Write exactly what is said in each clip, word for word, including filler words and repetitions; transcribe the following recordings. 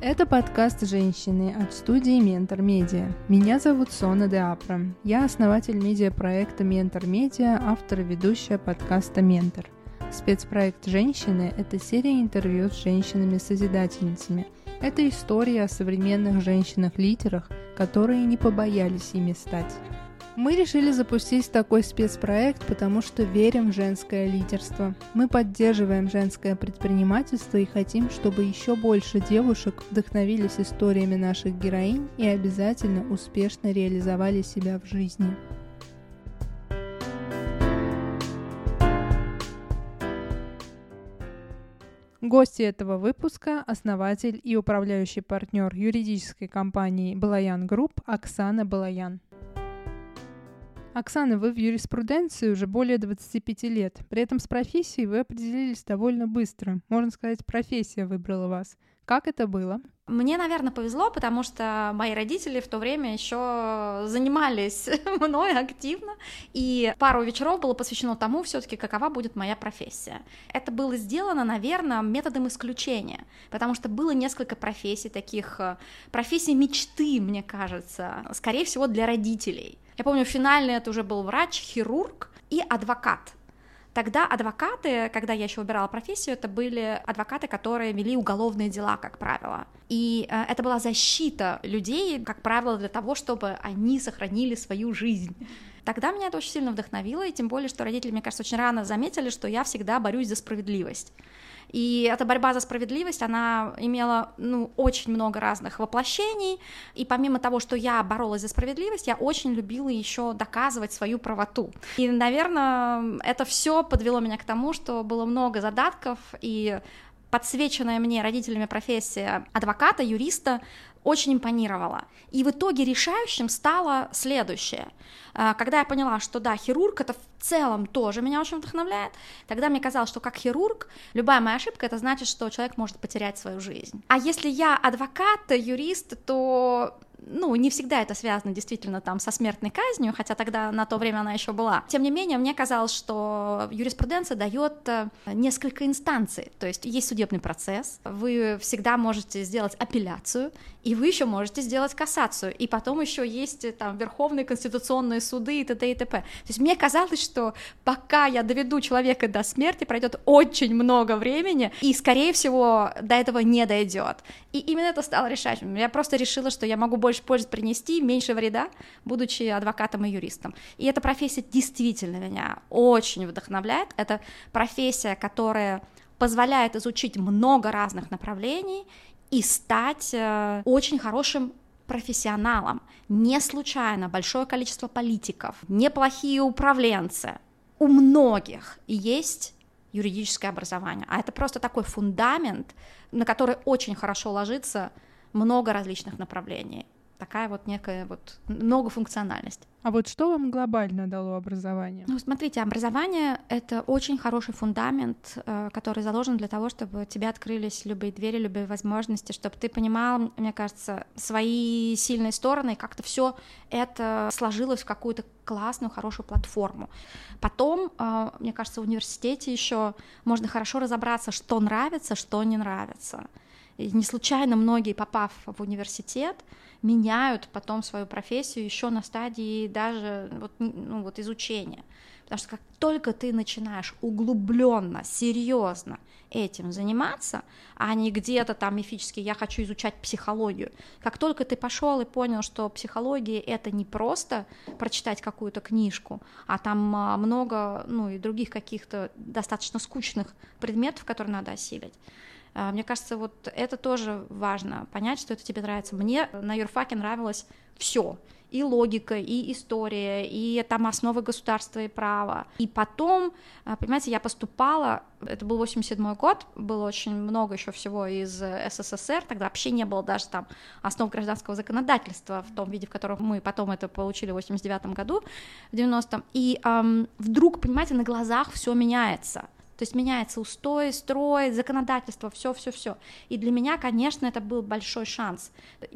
Это подкаст «Женщины» от студии «Ментор Медиа». Меня зовут Сона де Апра. Я основатель медиапроекта «Ментор Медиа», автор и ведущая подкаста «Ментор». Спецпроект «Женщины» — это серия интервью с женщинами-созидательницами. Это история о современных женщинах-лидерах, которые не побоялись ими стать. Мы решили запустить такой спецпроект, потому что верим в женское лидерство. Мы поддерживаем женское предпринимательство и хотим, чтобы еще больше девушек вдохновились историями наших героинь и обязательно успешно реализовали себя в жизни. Гости этого выпуска – основатель и управляющий партнер юридической компании «Балаян Групп» Оксана Балаян. Оксана, вы в юриспруденции уже более двадцати пяти лет. При этом с профессией вы определились довольно быстро. Можно сказать, профессия выбрала вас. Как это было? Мне, наверное, повезло, потому что мои родители в то время еще занимались мной активно, и пару вечеров было посвящено тому все-таки, какова будет моя профессия. Это было сделано, наверное, методом исключения, потому что было несколько профессий, таких профессий мечты, мне кажется, скорее всего, для родителей. Я помню, финальный это уже был врач, хирург и адвокат. Тогда адвокаты, когда я еще выбирала профессию, это были адвокаты, которые вели уголовные дела, как правило. И э, это была защита людей, как правило, для того, чтобы они сохранили свою жизнь. Тогда меня это очень сильно вдохновило, и тем более, что родители, мне кажется, очень рано заметили, что я всегда борюсь за справедливость. И эта борьба за справедливость, она имела, ну, очень много разных воплощений, и помимо того, что я боролась за справедливость, я очень любила еще доказывать свою правоту. И, наверное, это все подвело меня к тому, что было много задатков, и подсвеченная мне родителями профессия адвоката, юриста очень импонировала. И в итоге решающим стало следующее. Когда я поняла, что да, хирург — это в целом тоже меня очень вдохновляет, тогда мне казалось, что как хирург любая моя ошибка — это значит, что человек может потерять свою жизнь. А если я адвокат, юрист, то... ну, не всегда это связано действительно там со смертной казнью, хотя тогда на то время она еще была. Тем не менее, мне казалось, что юриспруденция дает несколько инстанций, то есть есть судебный процесс, вы всегда можете сделать апелляцию, и вы еще можете сделать кассацию, и потом еще есть там верховные конституционные суды и т.д. и т.п. То есть мне казалось, что пока я доведу человека до смерти, пройдет очень много времени, и, скорее всего, до этого не дойдет. И именно это стало решающим. Я просто решила, что я могу больше пользы принести, меньше вреда, будучи адвокатом и юристом. И эта профессия действительно меня очень вдохновляет. Это профессия, которая позволяет изучить много разных направлений и стать э, очень хорошим профессионалом. Не случайно большое количество политиков, неплохие управленцы. У многих есть юридическое образование, а это просто такой фундамент, на который очень хорошо ложится много различных направлений. Такая вот некая вот многофункциональность. А вот что вам глобально дало образование? Ну, смотрите, образование — это очень хороший фундамент, который заложен для того, чтобы у тебя открылись любые двери, любые возможности, чтобы ты понимал, мне кажется, свои сильные стороны, и как-то все это сложилось в какую-то классную, хорошую платформу. Потом, мне кажется, в университете еще можно хорошо разобраться, что нравится, что не нравится. И не случайно многие, попав в университет, меняют потом свою профессию еще на стадии даже вот, ну, вот изучения. Потому что как только ты начинаешь углубленно, серьезно этим заниматься, а не где-то там мифически «я хочу изучать психологию», как только ты пошел и понял, что психология — это не просто прочитать какую-то книжку, а там много, ну, и других каких-то достаточно скучных предметов, которые надо осилить. Мне кажется, вот это тоже важно, понять, что это тебе нравится. Мне на юрфаке нравилось все. И логика, и история, и там основы государства и права. И потом, понимаете, я поступала, это был восемьдесят седьмой год, было очень много еще всего из СССР, тогда вообще не было даже там основ гражданского законодательства в том виде, в котором мы потом это получили в восемьдесят девятом году, в девяностом. И эм, вдруг, понимаете, на глазах все меняется. То есть меняется устой, строй, законодательство, все-все-все. И для меня, конечно, это был большой шанс.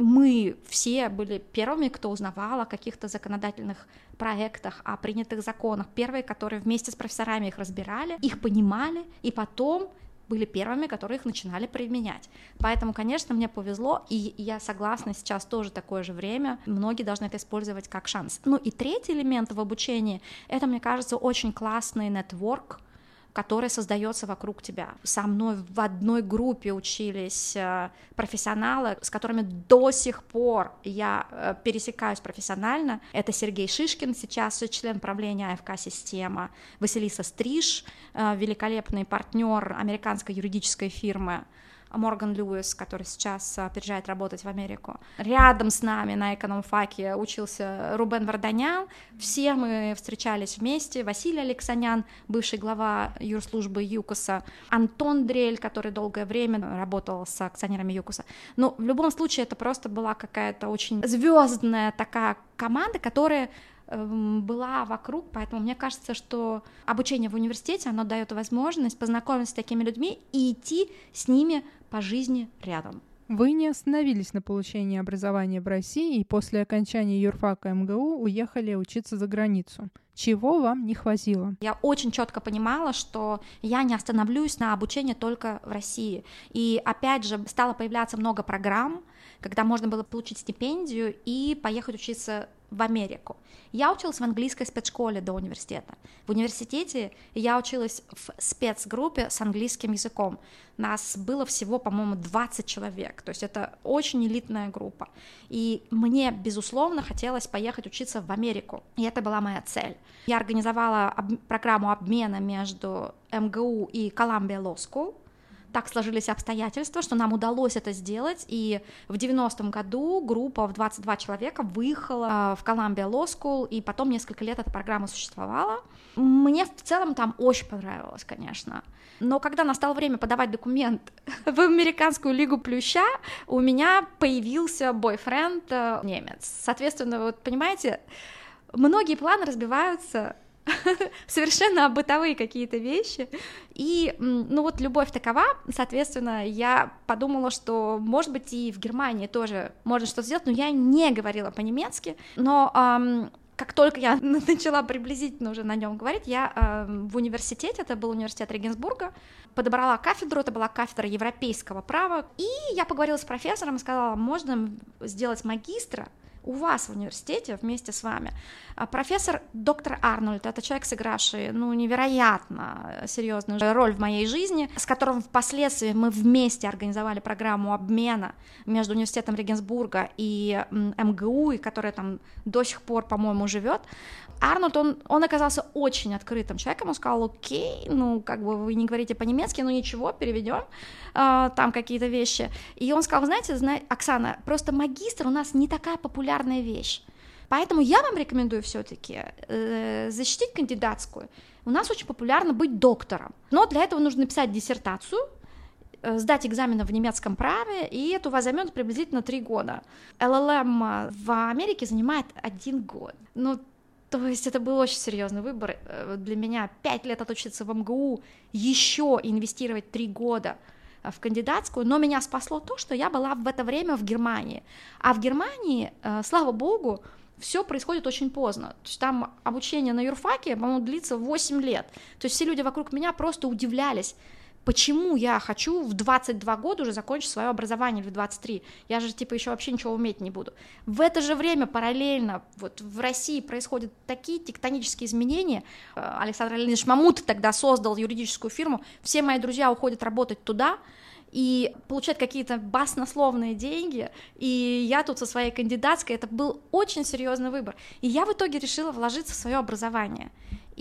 Мы все были первыми, кто узнавал о каких-то законодательных проектах, о принятых законах. Первые, которые вместе с профессорами их разбирали, их понимали, и потом были первыми, которые их начинали применять. Поэтому, конечно, мне повезло, и я согласна, сейчас тоже такое же время, многие должны это использовать как шанс. Ну и третий элемент в обучении, это, мне кажется, очень классный нетворк, который создается вокруг тебя. Со мной в одной группе учились профессионалы, с которыми до сих пор я пересекаюсь профессионально. Это Сергей Шишкин, сейчас член правления АФК «Система», Василиса Стриж, великолепный партнер американской юридической фирмы Морган Льюис, который сейчас переезжает работать в Америку. Рядом с нами на экономфаке учился Рубен Варданян. Все мы встречались вместе. Василий Алексанян, бывший глава юрслужбы ЮКОСа, Антон Дрель, который долгое время работал с акционерами ЮКОСа. Но в любом случае это просто была какая-то очень звездная такая команда, которая была вокруг, поэтому мне кажется, что обучение в университете, оно дает возможность познакомиться с такими людьми и идти с ними по жизни рядом. Вы не остановились на получении образования в России и после окончания юрфака эм гэ у уехали учиться за границу. Чего вам не хватило? Я очень четко понимала, что я не остановлюсь на обучении только в России. И опять же стало появляться много программ, когда можно было получить стипендию и поехать учиться в Америку. Я училась в английской спецшколе до университета. В университете я училась в спецгруппе с английским языком. Нас было всего, по-моему, двадцать человек, то есть это очень элитная группа. И мне, безусловно, хотелось поехать учиться в Америку, и это была моя цель. Я организовала об... программу обмена между эм гэ у и Columbia Law School. Так сложились обстоятельства, что нам удалось это сделать, и в девяностом году группа в двадцать два человека выехала в Columbia Law School, и потом несколько лет эта программа существовала. Мне в целом там очень понравилось, конечно. Но когда настало время подавать документ в Американскую лигу плюща, у меня появился бойфренд немец. Соответственно, вот понимаете, многие планы разбиваются совершенно бытовые какие-то вещи, и, ну вот, любовь такова, соответственно, я подумала, что, может быть, и в Германии тоже можно что-то сделать, но я не говорила по-немецки, но эм, как только я начала приблизительно уже на нем говорить, я эм, в университете, это был университет Регенсбурга, подобрала кафедру, это была кафедра европейского права, и я поговорила с профессором и сказала, можно сделать магистра у вас в университете вместе с вами. Профессор доктор Арнольд, это человек, сыгравший, ну, невероятно серьезную роль в моей жизни, с которым впоследствии мы вместе организовали программу обмена между университетом Регенсбурга и эм гэ у, и которая там до сих пор, по-моему, живет. Арнольд, он, он оказался очень открытым человеком, он сказал, окей, ну, как бы вы не говорите по-немецки, ну, ничего, переведем э, там какие-то вещи. И он сказал, знаете, знаете, Оксана, просто магистр у нас не такая популярная вещь, поэтому я вам рекомендую все-таки э, защитить кандидатскую. У нас очень популярно быть доктором, но для этого нужно написать диссертацию, э, сдать экзамены в немецком праве, и это у вас займет приблизительно три года. эл эл эм в Америке занимает один год. Ну, то есть это был очень серьезный выбор для меня. Пять лет отучиться в эм гэ у, еще инвестировать три года в кандидатскую, но меня спасло то, что я была в это время в Германии. А в Германии, слава богу, все происходит очень поздно. То есть там обучение на юрфаке, по-моему, длится восемь лет. То есть все люди вокруг меня просто удивлялись, почему я хочу в двадцать два года уже закончить свое образование, или в двадцать три, я же типа еще вообще ничего уметь не буду. В это же время параллельно вот в России происходят такие тектонические изменения. Александр Леонидович Мамут тогда создал юридическую фирму, все мои друзья уходят работать туда и получать какие-то баснословные деньги, и я тут со своей кандидатской, это был очень серьезный выбор, и я в итоге решила вложиться в свое образование,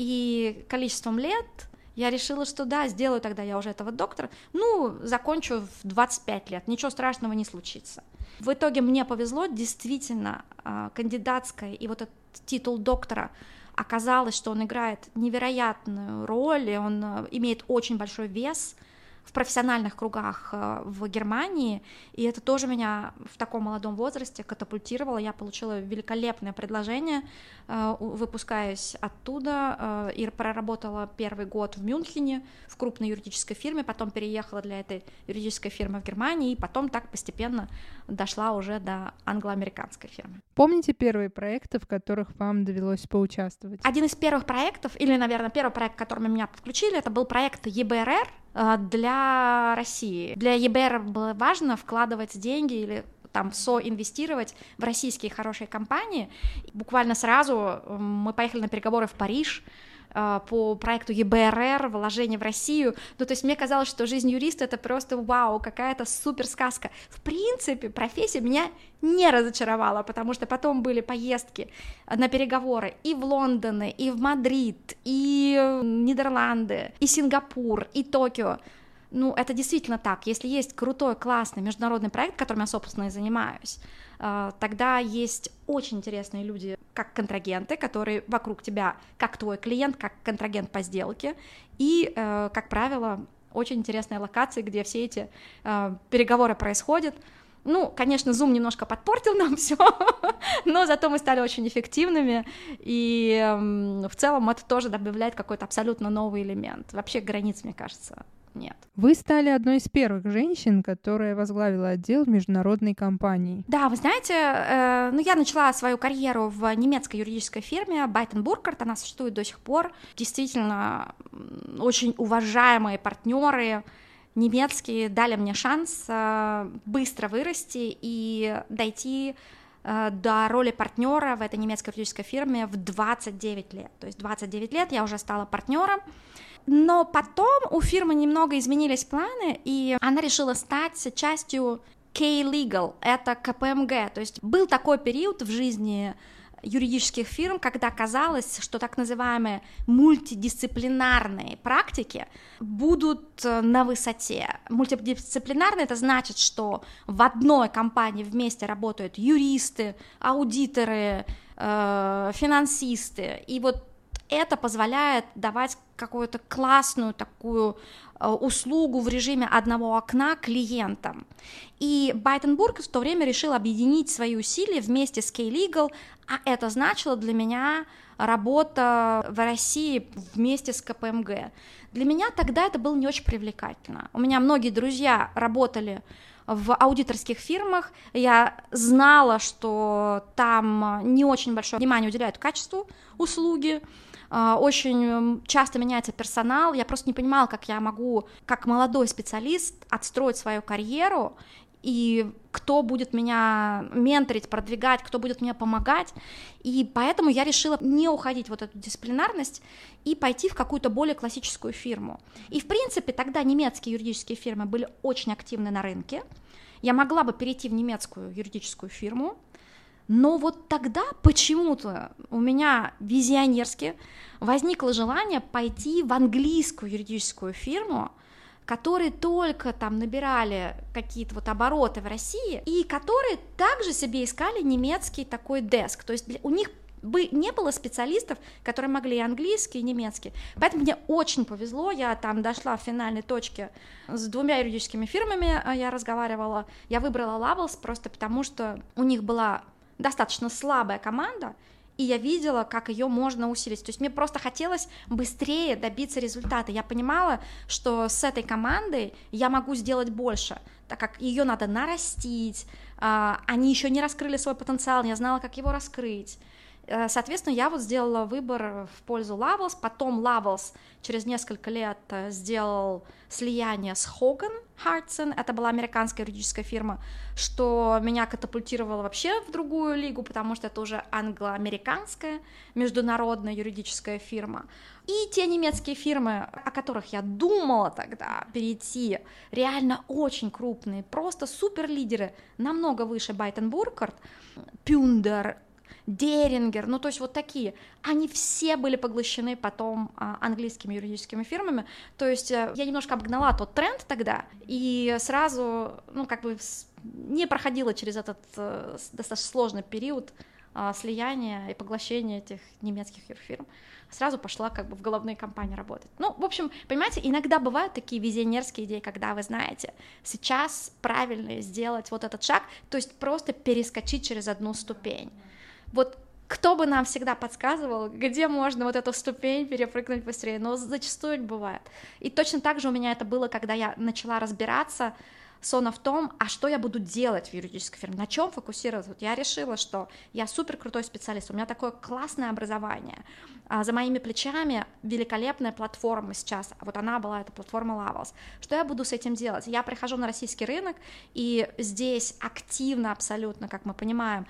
и количеством лет я решила, что да, сделаю тогда я уже этого доктора, ну, закончу в двадцать пять лет, ничего страшного не случится. В итоге мне повезло, действительно, кандидатская и вот этот титул доктора, оказалось, что он играет невероятную роль, и он имеет очень большой вес в профессиональных кругах в Германии, и это тоже меня в таком молодом возрасте катапультировало. Я получила великолепное предложение, выпускаясь оттуда, и проработала первый год в Мюнхене в крупной юридической фирме, потом переехала для этой юридической фирмы в Германии, и потом так постепенно дошла уже до англо-американской фирмы. Помните первые проекты, в которых вам довелось поучаствовать? Один из первых проектов, или, наверное, первый проект, в который меня подключили, это был проект е бэ эр эр. для России. Для и бэ эр было важно вкладывать деньги или там соинвестировать в российские хорошие компании. Буквально сразу мы поехали на переговоры в Париж по проекту и бэ эр эр, вложение в Россию. Ну, то есть мне казалось, что жизнь юриста — это просто вау, какая-то супер сказка. В принципе, профессия меня не разочаровала, потому что потом были поездки на переговоры и в Лондон, и в Мадрид, и в Нидерланды, и Сингапур, и Токио. Ну, это действительно так. Если есть крутой, классный международный проект, которым я, собственно, и занимаюсь, тогда есть очень интересные люди, как контрагенты, которые вокруг тебя, как твой клиент, как контрагент по сделке, и, как правило, очень интересные локации, где все эти переговоры происходят. Ну, конечно, Zoom немножко подпортил нам все, но зато мы стали очень эффективными, и в целом это тоже добавляет какой-то абсолютно новый элемент. Вообще границ, мне кажется, нет. Вы стали одной из первых женщин, которая возглавила отдел в международной компании. Да, вы знаете, э, ну я начала свою карьеру в немецкой юридической фирме Beit Burkhardt, она существует до сих пор. Действительно, очень уважаемые партнеры немецкие дали мне шанс э, быстро вырасти и дойти э, до роли партнера в этой немецкой юридической фирме в двадцать девять лет. То есть двадцать девять лет я уже стала партнером. Но потом у фирмы немного изменились планы, и она решила стать частью K-Legal, это ка пэ эм гэ. То есть был такой период в жизни юридических фирм, когда казалось, что так называемые мультидисциплинарные практики будут на высоте. Мультидисциплинарные — это значит, что в одной компании вместе работают юристы, аудиторы, э, финансисты, и вот это позволяет давать какую-то классную такую э, услугу в режиме одного окна клиентам. И Beit Burkhardt в то время решил объединить свои усилия вместе с K-Legal, а это значило для меня работа в России вместе с ка пэ эм гэ. Для меня тогда это было не очень привлекательно. У меня многие друзья работали в аудиторских фирмах, я знала, что там не очень большое внимание уделяют качеству услуги, очень часто меняется персонал, я просто не понимала, как я могу, как молодой специалист, отстроить свою карьеру, и кто будет меня менторить, продвигать, кто будет мне помогать, и поэтому я решила не уходить в вот эту дисциплинарность и пойти в какую-то более классическую фирму. И, в принципе, тогда немецкие юридические фирмы были очень активны на рынке, я могла бы перейти в немецкую юридическую фирму, но вот тогда почему-то у меня визионерски возникло желание пойти в английскую юридическую фирму, которые только там набирали какие-то вот обороты в России, и которые также себе искали немецкий такой деск, то есть для, у них бы не было специалистов, которые могли и английский, и немецкий. Поэтому мне очень повезло, я там дошла в финальной точке с двумя юридическими фирмами, я разговаривала, я выбрала Lovells просто потому, что у них была достаточно слабая команда, и я видела, как ее можно усилить. То есть мне просто хотелось быстрее добиться результата. Я понимала, что с этой командой я могу сделать больше, так как ее надо нарастить, они еще не раскрыли свой потенциал, я знала, как его раскрыть. Соответственно, я вот сделала выбор в пользу Lovells, потом Lovells через несколько лет сделал слияние с Hogan Hartson, это была американская юридическая фирма, что меня катапультировало вообще в другую лигу, потому что это уже англо-американская международная юридическая фирма. И те немецкие фирмы, о которых я думала тогда перейти, реально очень крупные, просто суперлидеры, намного выше Beit Burkhardt, Pünder, Дерингер, ну то есть вот такие, они все были поглощены потом а, английскими юридическими фирмами, то есть я немножко обогнала тот тренд тогда и сразу, ну как бы не проходила через этот э, достаточно сложный период э, слияния и поглощения этих немецких фирм, сразу пошла как бы в головные компании работать. Ну, в общем, понимаете, иногда бывают такие визионерские идеи, когда вы знаете, сейчас правильно сделать вот этот шаг, то есть просто перескочить через одну ступень. Вот кто бы нам всегда подсказывал, где можно вот эту ступень перепрыгнуть быстрее, но зачастую это бывает. И точно так же у меня это было, когда я начала разбираться сон в том, а что я буду делать в юридической фирме, на чем фокусироваться. Вот я решила, что я супер крутой специалист, у меня такое классное образование, за моими плечами великолепная платформа сейчас, вот она была, эта платформа Levels. Что я буду с этим делать? Я прихожу на российский рынок, и здесь активно абсолютно, как мы понимаем,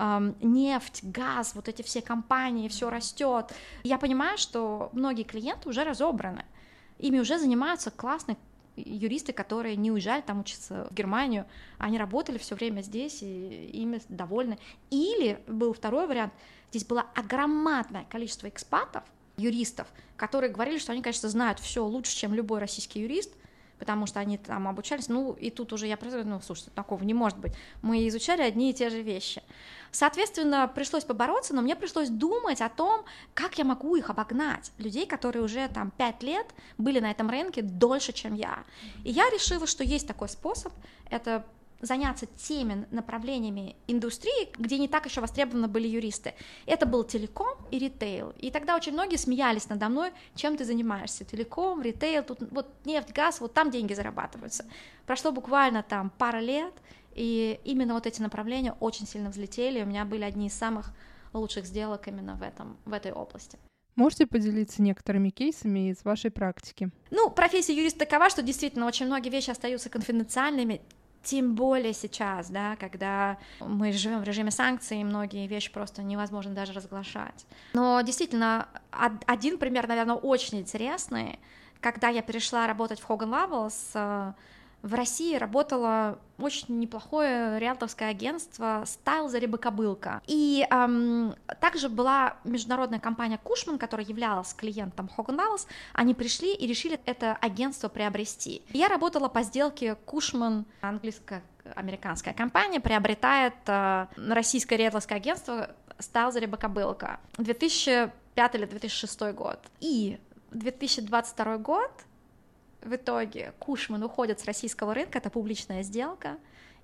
нефть, газ, вот эти все компании, все растет. Я понимаю, что многие клиенты уже разобраны, ими уже занимаются классные юристы, которые не уезжали там учиться в Германию, они работали все время здесь и ими довольны. Или был второй вариант, здесь было огромное количество экспатов, юристов, которые говорили, что они, конечно, знают все лучше, чем любой российский юрист, потому что они там обучались, ну, и тут уже я просто, ну, слушайте, такого не может быть, мы изучали одни и те же вещи. Соответственно, пришлось побороться, но мне пришлось думать о том, как я могу их обогнать, людей, которые уже там пять лет были на этом рынке дольше, чем я. И я решила, что есть такой способ, это заняться теми направлениями индустрии, где не так еще востребованы были юристы. Это был телеком и ритейл. И тогда очень многие смеялись надо мной, чем ты занимаешься. Телеком, ритейл, тут вот нефть, газ, вот там деньги зарабатываются. Прошло буквально там пара лет, и именно вот эти направления очень сильно взлетели. У меня были одни из самых лучших сделок именно в, этом, в этой области. Можете поделиться некоторыми кейсами из вашей практики? Ну, профессия юриста такова, что действительно очень многие вещи остаются конфиденциальными, тем более сейчас, да, когда мы живем в режиме санкций, и многие вещи просто невозможно даже разглашать. Но действительно, один пример, наверное, очень интересный. Когда я перешла работать в Hogan Lovells, в России работало очень неплохое риэлторское агентство «Стайл Заря-Кобылка». И эм, также была международная компания Cushman, которая являлась клиентом Hogan Lovells. Они пришли и решили это агентство приобрести. Я работала по сделке Cushman, английско-американская компания, приобретает э, российское риэлторское агентство «Стайл Заря-Кобылка». две тысячи пятый или две тысячи шестой год. И две тысячи двадцать второй год в итоге Cushman уходит с российского рынка, это публичная сделка,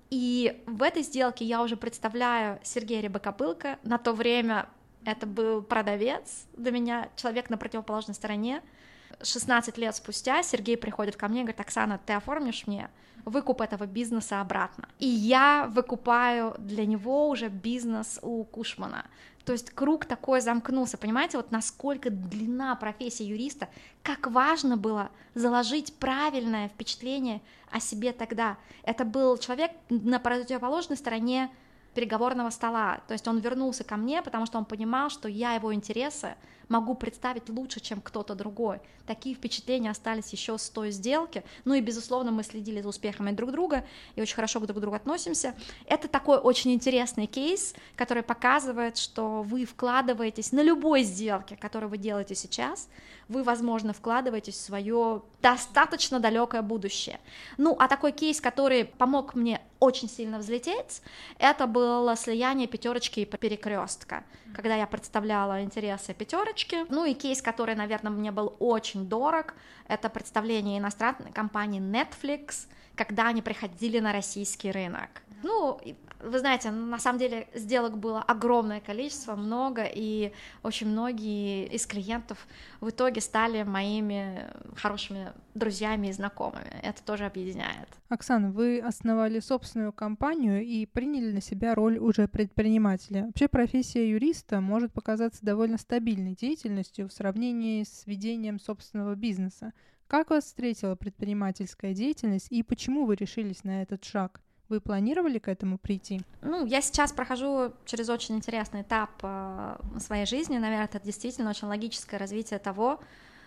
и в этой сделке я уже представляю Сергея Рябокобылка, на то время это был продавец, для меня человек на противоположной стороне. шестнадцать лет спустя Сергей приходит ко мне и говорит: Оксана, ты оформишь мне выкуп этого бизнеса обратно? И я выкупаю для него уже бизнес у Кушмана. То есть круг такой замкнулся, понимаете, вот насколько длина профессии юриста, как важно было заложить правильное впечатление о себе тогда. Это был человек на противоположной стороне переговорного стола, то есть он вернулся ко мне, потому что он понимал, что я его интересы могу представить лучше, чем кто-то другой. Такие впечатления остались еще с той сделки, ну и, безусловно, мы следили за успехами друг друга и очень хорошо друг к другу относимся. Это такой очень интересный кейс, который показывает, что вы вкладываетесь на любой сделке, которую вы делаете сейчас, вы, возможно, вкладываетесь в свое достаточно далекое будущее. Ну, а такой кейс, который помог мне очень сильно взлететь, это было слияние пятерочки и перекрестка, когда я представляла интересы пятерочки. Ну и кейс, который, наверное, мне был очень дорог, это представление иностранной компании Netflix, когда они приходили на российский рынок. Ну, вы знаете, на самом деле сделок было огромное количество, много, и очень многие из клиентов в итоге стали моими хорошими друзьями и знакомыми. Это тоже объединяет. Оксана, вы основали собственную компанию и приняли на себя роль уже предпринимателя. Вообще профессия юриста может показаться довольно стабильной деятельностью в сравнении с ведением собственного бизнеса. Как вас встретила предпринимательская деятельность и почему вы решились на этот шаг? Вы планировали к этому прийти? Ну, я сейчас прохожу через очень интересный этап э, своей жизни. Наверное, это действительно очень логическое развитие того,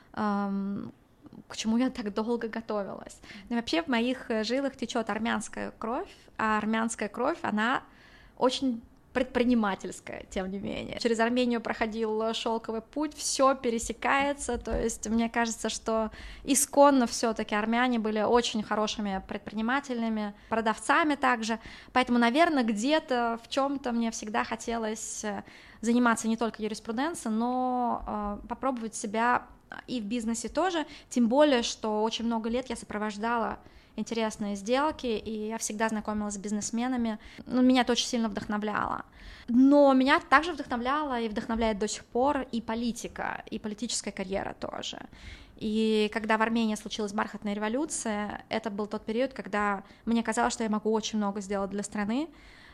э, к чему я так долго готовилась. Но вообще в моих жилах течет армянская кровь, а армянская кровь, она очень предпринимательская, тем не менее. Через Армению проходил шелковый путь, все пересекается, то есть мне кажется, что исконно все-таки армяне были очень хорошими предпринимательными, продавцами также, поэтому, наверное, где-то в чем-то мне всегда хотелось заниматься не только юриспруденцией, но э, попробовать себя и в бизнесе тоже, тем более, что очень много лет я сопровождала интересные сделки, и я всегда знакомилась с бизнесменами, ну, меня это очень сильно вдохновляло. Но меня также вдохновляла и вдохновляет до сих пор и политика, и политическая карьера тоже. И когда в Армении случилась бархатная революция, это был тот период, когда мне казалось, что я могу очень много сделать для страны,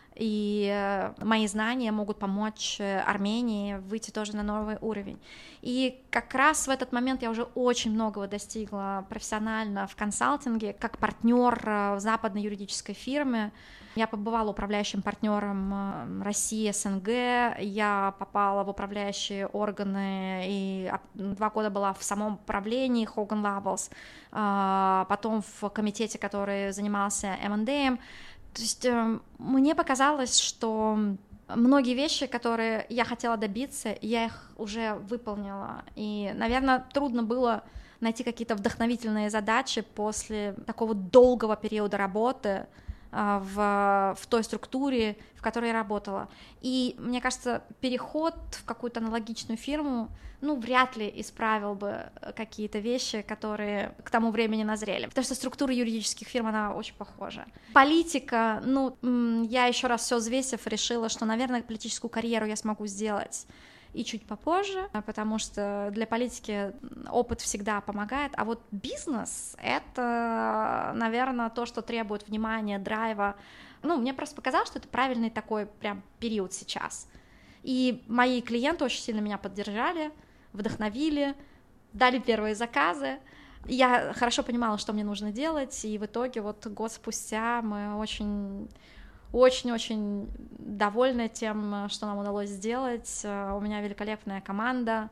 и мои знания могут помочь Армении выйти тоже на новый уровень. И как раз в этот момент я уже очень многого достигла профессионально в консалтинге, как партнер в западной юридической фирме. Я побывала управляющим партнером России, СНГ, я попала в управляющие органы и два года была в самом управлении Hogan Lovells, потом в комитете, который занимался эм энд эм. То есть э, мне показалось, что многие вещи, которые я хотела добиться, я их уже выполнила. И, наверное, трудно было найти какие-то вдохновительные задачи после такого долгого периода работы э, в, в той структуре, в которой я работала. И, мне кажется, переход в какую-то аналогичную фирму, ну, вряд ли исправил бы какие-то вещи, которые к тому времени назрели. Потому что структура юридических фирм, она очень похожа. Политика, ну, я еще раз все взвесив, решила, что, наверное, политическую карьеру я смогу сделать и чуть попозже, потому что для политики опыт всегда помогает, а вот бизнес — это, наверное, то, что требует внимания, драйва. Ну, мне просто показалось, что это правильный такой прям период сейчас. И мои клиенты очень сильно меня поддержали, вдохновили, дали первые заказы. Я хорошо понимала, что мне нужно делать, и в итоге вот год спустя мы очень... Очень-очень довольны тем, что нам удалось сделать. У меня великолепная команда.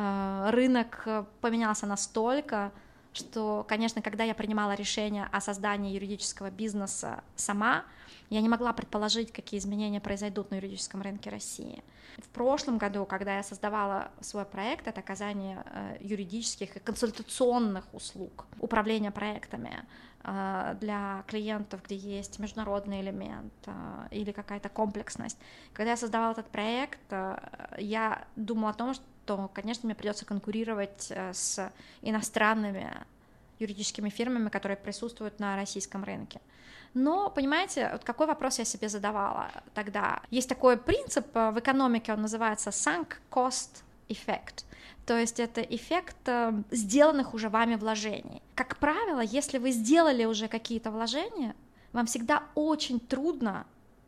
Рынок поменялся настолько, что, конечно, когда я принимала решение о создании юридического бизнеса сама, я не могла предположить, какие изменения произойдут на юридическом рынке России. В прошлом году, когда я создавала свой проект, это оказание юридических и консультационных услуг, управление проектами для клиентов, где есть международный элемент или какая-то комплексность. Когда я создавала этот проект, я думала о том, что, конечно, мне придется конкурировать с иностранными юридическими фирмами, которые присутствуют на российском рынке. Но, понимаете, вот какой вопрос я себе задавала тогда? Есть такой принцип в экономике, он называется sunk cost effect. То есть это эффект сделанных уже вами вложений. Как правило, если вы сделали уже какие-то вложения, вам всегда очень трудно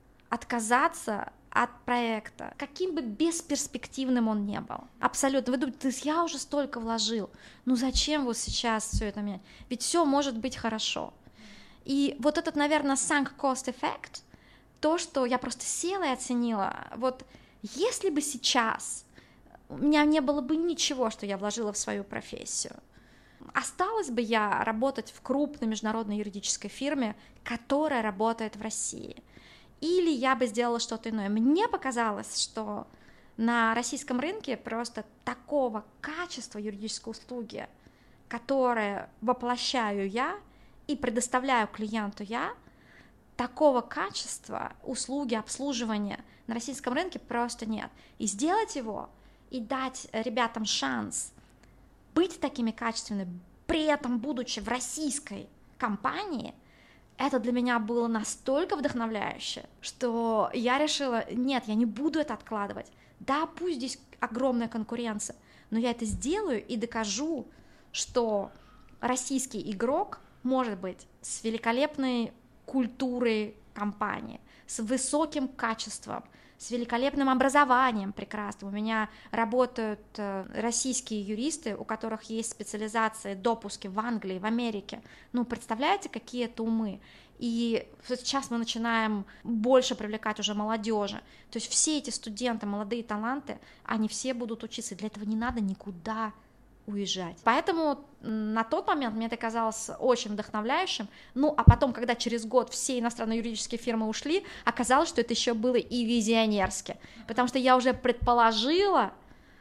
отказаться от проекта, каким бы бесперспективным он ни был. Абсолютно. Вы думаете, я уже столько вложил, ну зачем вот сейчас все это менять? Ведь все может быть хорошо. И вот этот, наверное, sunk cost effect, то, что я просто села и оценила, вот если бы сейчас у меня не было бы ничего, что я вложила в свою профессию, осталась бы я работать в крупной международной юридической фирме, которая работает в России, или я бы сделала что-то иное. Мне показалось, что на российском рынке просто такого качества юридической услуги, которое воплощаю я и предоставляю клиенту я, такого качества услуги, обслуживания на российском рынке просто нет. И сделать его и дать ребятам шанс быть такими качественными, при этом будучи в российской компании, это для меня было настолько вдохновляюще, что я решила, нет, я не буду это откладывать. Да, пусть здесь огромная конкуренция, но я это сделаю и докажу, что российский игрок может быть с великолепной культурой компании, с высоким качеством, с великолепным образованием прекрасным. У меня работают российские юристы, у которых есть специализации, допуски в Англии, в Америке. Ну, представляете, какие это умы? И сейчас мы начинаем больше привлекать уже молодежи. То есть все эти студенты, молодые таланты, они все будут учиться. Для этого не надо никуда уезжать. Поэтому на тот момент мне это казалось очень вдохновляющим. Ну, а потом, когда через год все иностранные юридические фирмы ушли, оказалось, что это еще было и визионерски. Потому что я уже предположила,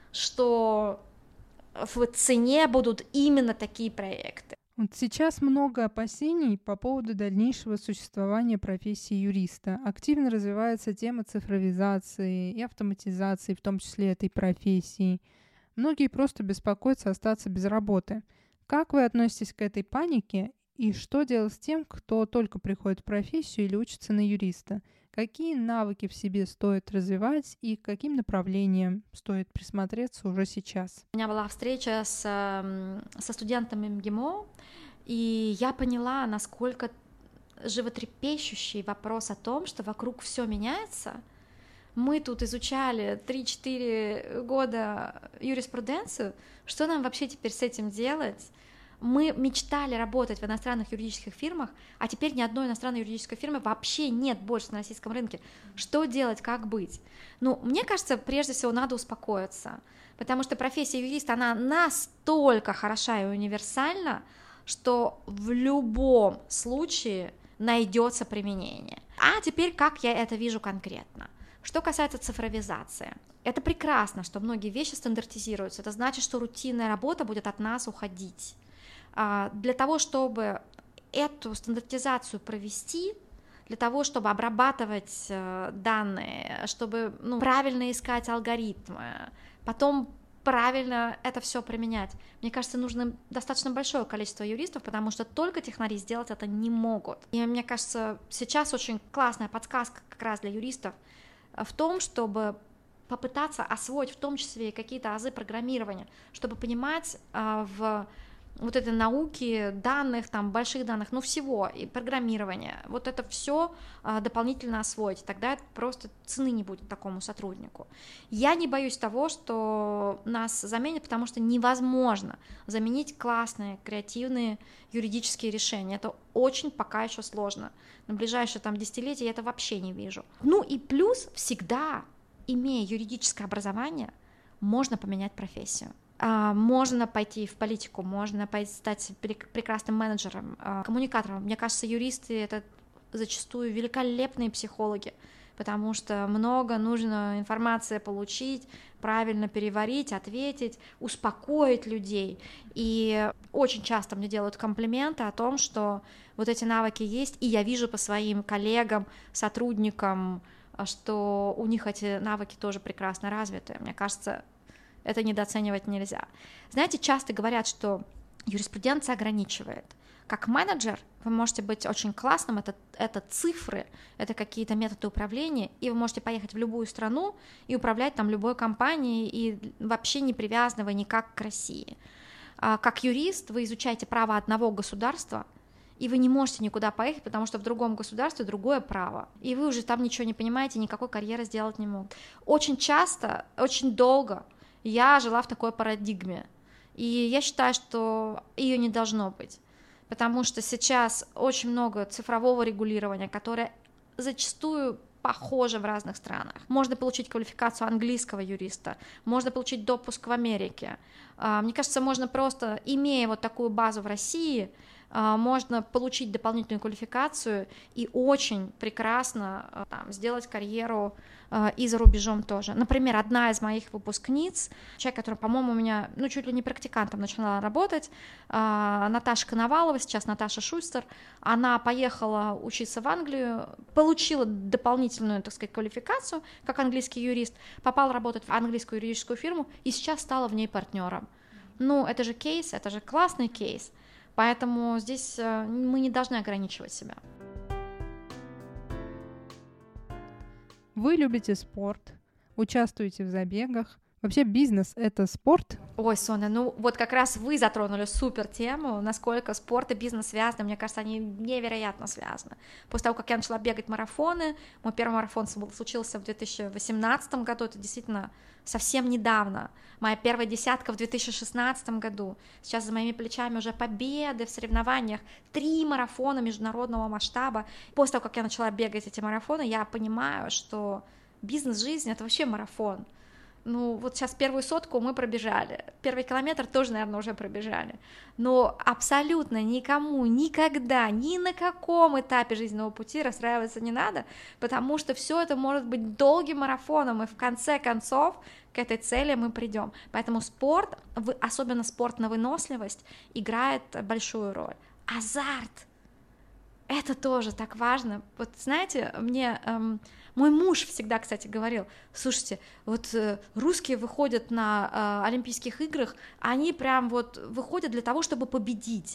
что в цене будут именно такие проекты. Вот сейчас много опасений по поводу дальнейшего существования профессии юриста. Активно развивается тема цифровизации и автоматизации, в том числе этой профессии. Многие просто беспокоятся остаться без работы. Как вы относитесь к этой панике и что делать с тем, кто только приходит в профессию или учится на юриста? Какие навыки в себе стоит развивать и к каким направлениям стоит присмотреться уже сейчас? У меня была встреча с, со студентами МГИМО, и я поняла, насколько животрепещущий вопрос о том, что вокруг все меняется. Мы тут изучали три-четыре года юриспруденцию, что нам вообще теперь с этим делать? Мы мечтали работать в иностранных юридических фирмах, а теперь ни одной иностранной юридической фирмы вообще нет больше на российском рынке. Что делать, как быть? Ну, мне кажется, прежде всего надо успокоиться, потому что профессия юриста, она настолько хороша и универсальна, что в любом случае найдется применение. А теперь как я это вижу конкретно? Что касается цифровизации, это прекрасно, что многие вещи стандартизируются, это значит, что рутинная работа будет от нас уходить. Для того, чтобы эту стандартизацию провести, для того, чтобы обрабатывать данные, чтобы ну, правильно искать алгоритмы, потом правильно это все применять, мне кажется, нужно достаточно большое количество юристов, потому что только технари сделать это не могут. И мне кажется, сейчас очень классная подсказка как раз для юристов в том, чтобы попытаться освоить в том числе и какие-то азы программирования, чтобы понимать в вот этой науки данных, там, больших данных, ну, всего, и программирования, вот это все а, дополнительно освоить, тогда просто цены не будет такому сотруднику. Я не боюсь того, что нас заменят, потому что невозможно заменить классные, креативные юридические решения, это очень пока еще сложно, на ближайшие там десятилетия я это вообще не вижу. Ну и плюс всегда, имея юридическое образование, можно поменять профессию. Можно пойти в политику, можно пойти стать прекрасным менеджером, коммуникатором. Мне кажется, юристы — это зачастую великолепные психологи, потому что много нужно информации получить, правильно переварить, ответить, успокоить людей. И очень часто мне делают комплименты о том, что вот эти навыки есть, и я вижу по своим коллегам, сотрудникам, что у них эти навыки тоже прекрасно развиты. Мне кажется, это недооценивать нельзя. Знаете, часто говорят, что юриспруденция ограничивает. Как менеджер вы можете быть очень классным, это, это цифры, это какие-то методы управления, и вы можете поехать в любую страну и управлять там любой компанией, и вообще не привязанного никак к России. А как юрист вы изучаете право одного государства, и вы не можете никуда поехать, потому что в другом государстве другое право, и вы уже там ничего не понимаете, никакой карьеры сделать не могут. Очень часто, очень долго я жила в такой парадигме, и я считаю, что ее не должно быть, потому что сейчас очень много цифрового регулирования, которое зачастую похоже в разных странах. Можно получить квалификацию английского юриста, можно получить допуск в Америке. Мне кажется, можно просто, имея вот такую базу в России, можно получить дополнительную квалификацию и очень прекрасно там, сделать карьеру и за рубежом тоже. Например, одна из моих выпускниц, человек, который, по-моему, у меня, ну, чуть ли не практикантом начала работать, Наташа Коновалова, сейчас Наташа Шустер, она поехала учиться в Англию, получила дополнительную, так сказать, квалификацию как английский юрист, попала работать в английскую юридическую фирму и сейчас стала в ней партнером. Ну, это же кейс, это же классный кейс. Поэтому здесь мы не должны ограничивать себя. Вы любите спорт, участвуете в забегах. Вообще бизнес — это спорт? Ой, Соня, ну вот как раз вы затронули супер тему, насколько спорт и бизнес связаны. Мне кажется, они невероятно связаны. После того, как я начала бегать марафоны, мой первый марафон случился в две тысячи восемнадцатом году, это действительно совсем недавно. Моя первая десятка в две тысячи шестнадцатом году. Сейчас за моими плечами уже победы в соревнованиях, три марафона международного масштаба. После того, как я начала бегать эти марафоны, я понимаю, что бизнес-жизнь — это вообще марафон. Ну, вот сейчас первую сотку мы пробежали, первый километр тоже, наверное, уже пробежали, но абсолютно никому, никогда, ни на каком этапе жизненного пути расстраиваться не надо, потому что все это может быть долгим марафоном, и в конце концов к этой цели мы придем. Поэтому спорт, особенно спорт на выносливость, играет большую роль. Азарт! Это тоже так важно. Вот знаете, мне эм, мой муж всегда, кстати, говорил: слушайте, вот э, русские выходят на э, Олимпийских играх, они прям вот выходят для того, чтобы победить.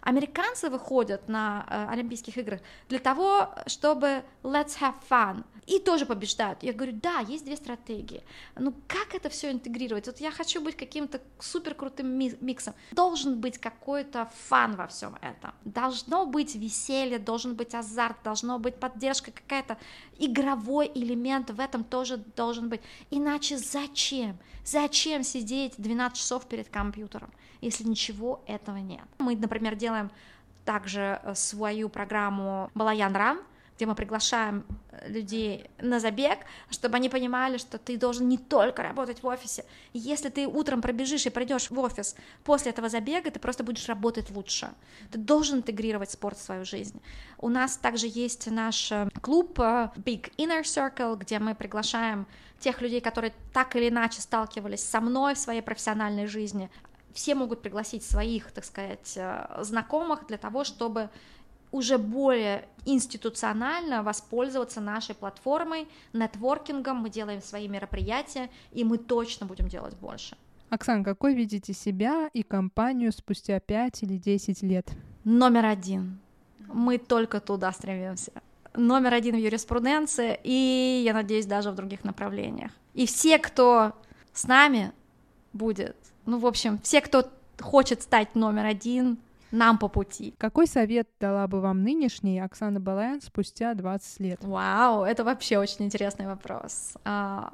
Американцы выходят на э, Олимпийских играх для того, чтобы let's have fun, и тоже побеждают. Я говорю, да, есть две стратегии. Ну как это все интегрировать? Вот я хочу быть каким-то супер крутым миксом. Должен быть какой-то фан во всем этом. Должно быть веселье, должен быть азарт, должна быть поддержка, какая-то игровой элемент в этом тоже должен быть. Иначе зачем? Зачем сидеть двенадцать часов перед компьютером, если ничего этого нет? Мы, например, делаем также свою программу Балаян Ран, где мы приглашаем людей на забег, чтобы они понимали, что ты должен не только работать в офисе. Если ты утром пробежишь и придешь в офис после этого забега, ты просто будешь работать лучше. Ты должен интегрировать спорт в свою жизнь. У нас также есть наш клуб Big Inner Circle, где мы приглашаем тех людей, которые так или иначе сталкивались со мной в своей профессиональной жизни. Все могут пригласить своих, так сказать, знакомых для того, чтобы уже более институционально воспользоваться нашей платформой, нетворкингом, мы делаем свои мероприятия, и мы точно будем делать больше. Оксан, какой видите себя и компанию спустя пять или десять лет? Номер один. Мы только туда стремимся. Номер один в юриспруденции, и, я надеюсь, даже в других направлениях. И все, кто с нами будет, ну, в общем, все, кто хочет стать номер один, нам по пути. Какой совет дала бы вам нынешняя Оксана Балаян спустя двадцать лет? Вау, это вообще очень интересный вопрос. Я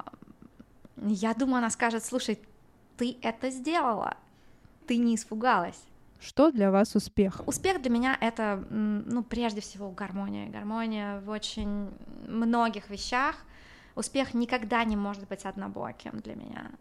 думаю, она скажет, слушай, ты это сделала, ты не испугалась. Что для вас успех? Успех для меня — это, ну, прежде всего, гармония. Гармония в очень многих вещах. Успех никогда не может быть однобоким для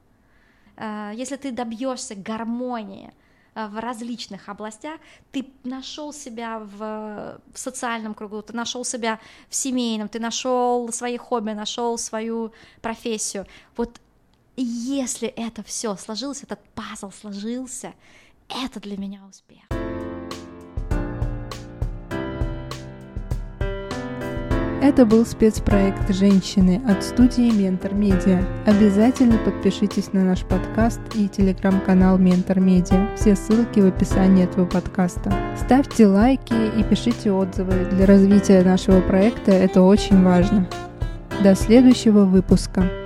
меня. Если ты добьешься гармонии в различных областях, ты нашел себя в, в социальном кругу, ты нашел себя в семейном, ты нашел свои хобби, нашел свою профессию. Вот если это все сложилось, этот пазл сложился, это для меня успех. Это был спецпроект «Женщины» от студии Ментор Медиа. Обязательно подпишитесь на наш подкаст и телеграм-канал Ментор Медиа. Все ссылки в описании этого подкаста. Ставьте лайки и пишите отзывы. Для развития нашего проекта это очень важно. До следующего выпуска.